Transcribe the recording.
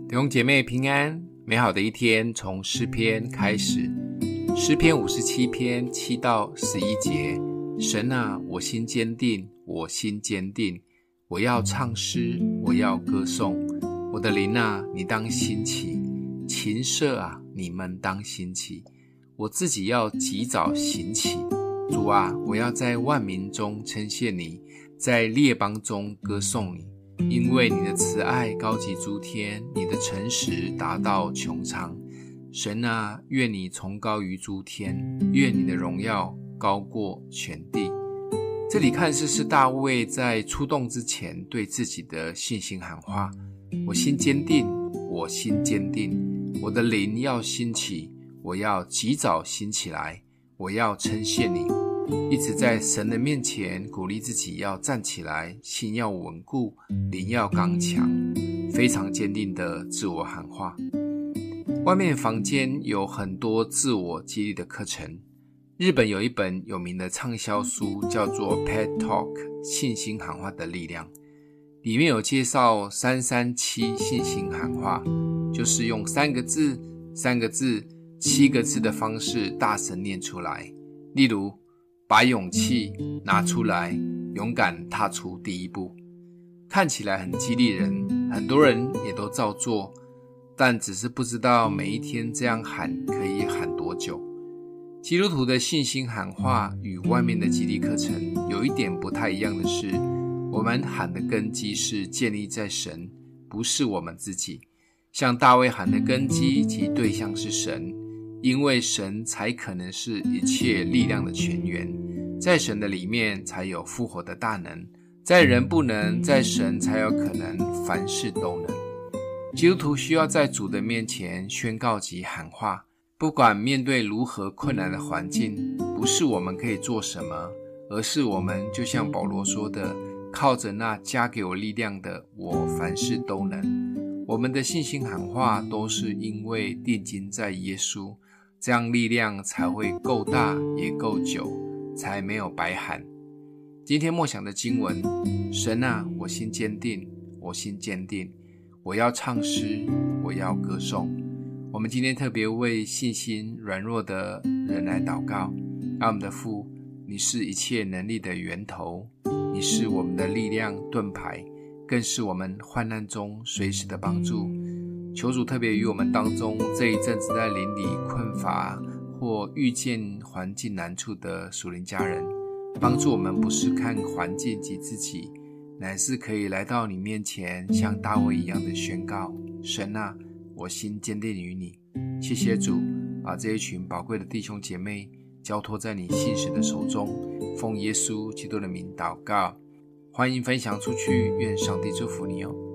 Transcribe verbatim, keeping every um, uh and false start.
弟兄姐妹平安，美好的一天从诗篇开始。诗篇五十七篇七到十一节，神啊，我心坚定，我心坚定，我要唱诗，我要歌颂。我的灵啊，你当兴起，琴瑟啊，你们当兴起。我自己要及早行起。主啊，我要在万民中称谢你，在列邦中歌颂你。因为你的慈爱高及诸天，你的诚实达到穹苍。神啊，愿你崇高于诸天，愿你的荣耀高过全地。这里看似是大卫在出动之前对自己的信心喊话，我心坚定，我心坚定，我的灵要兴起，我要及早兴起来，我要称谢你。一直在神的面前鼓励自己要站起来，心要稳固，灵要刚强，非常坚定的自我喊话。外面房间有很多自我激励的课程，日本有一本有名的畅销书叫做 Pet Talk 信心喊话的力量，里面有介绍三三七信心喊话，就是用三个字三个字七个字的方式大声念出来。例如，把勇气拿出来，勇敢踏出第一步。看起来很激励人，很多人也都照做，但只是不知道每一天这样喊可以喊多久。基督徒的信心喊话与外面的激励课程有一点不太一样的是，我们喊的根基是建立在神，不是我们自己。像大卫喊的根基及对象是神，因为神才可能是一切力量的泉源，在神的里面才有复活的大能，在人不能，在神才有可能凡事都能。基督徒需要在主的面前宣告及喊话，不管面对如何困难的环境，不是我们可以做什么，而是我们就像保罗说的，靠着那加给我力量的，我凡事都能。我们的信心喊话都是因为定睛在耶稣，这样力量才会够大也够久，才没有白喊。今天默想的经文，神啊，我心坚定，我心坚定，我要唱诗，我要歌颂。我们今天特别为信心软弱的人来祷告。爱我们的父，你是一切能力的源头，你是我们的力量盾牌，更是我们患难中随时的帮助。求主特别于我们当中这一阵子在灵里困乏或遇见环境难处的属灵家人，帮助我们不是看环境及自己，乃是可以来到你面前，像大卫一样的宣告，神啊，我心坚定于你。谢谢主，把这一群宝贵的弟兄姐妹交托在你信实的手中，奉耶稣基督的名祷告。欢迎分享出去，愿上帝祝福你哦。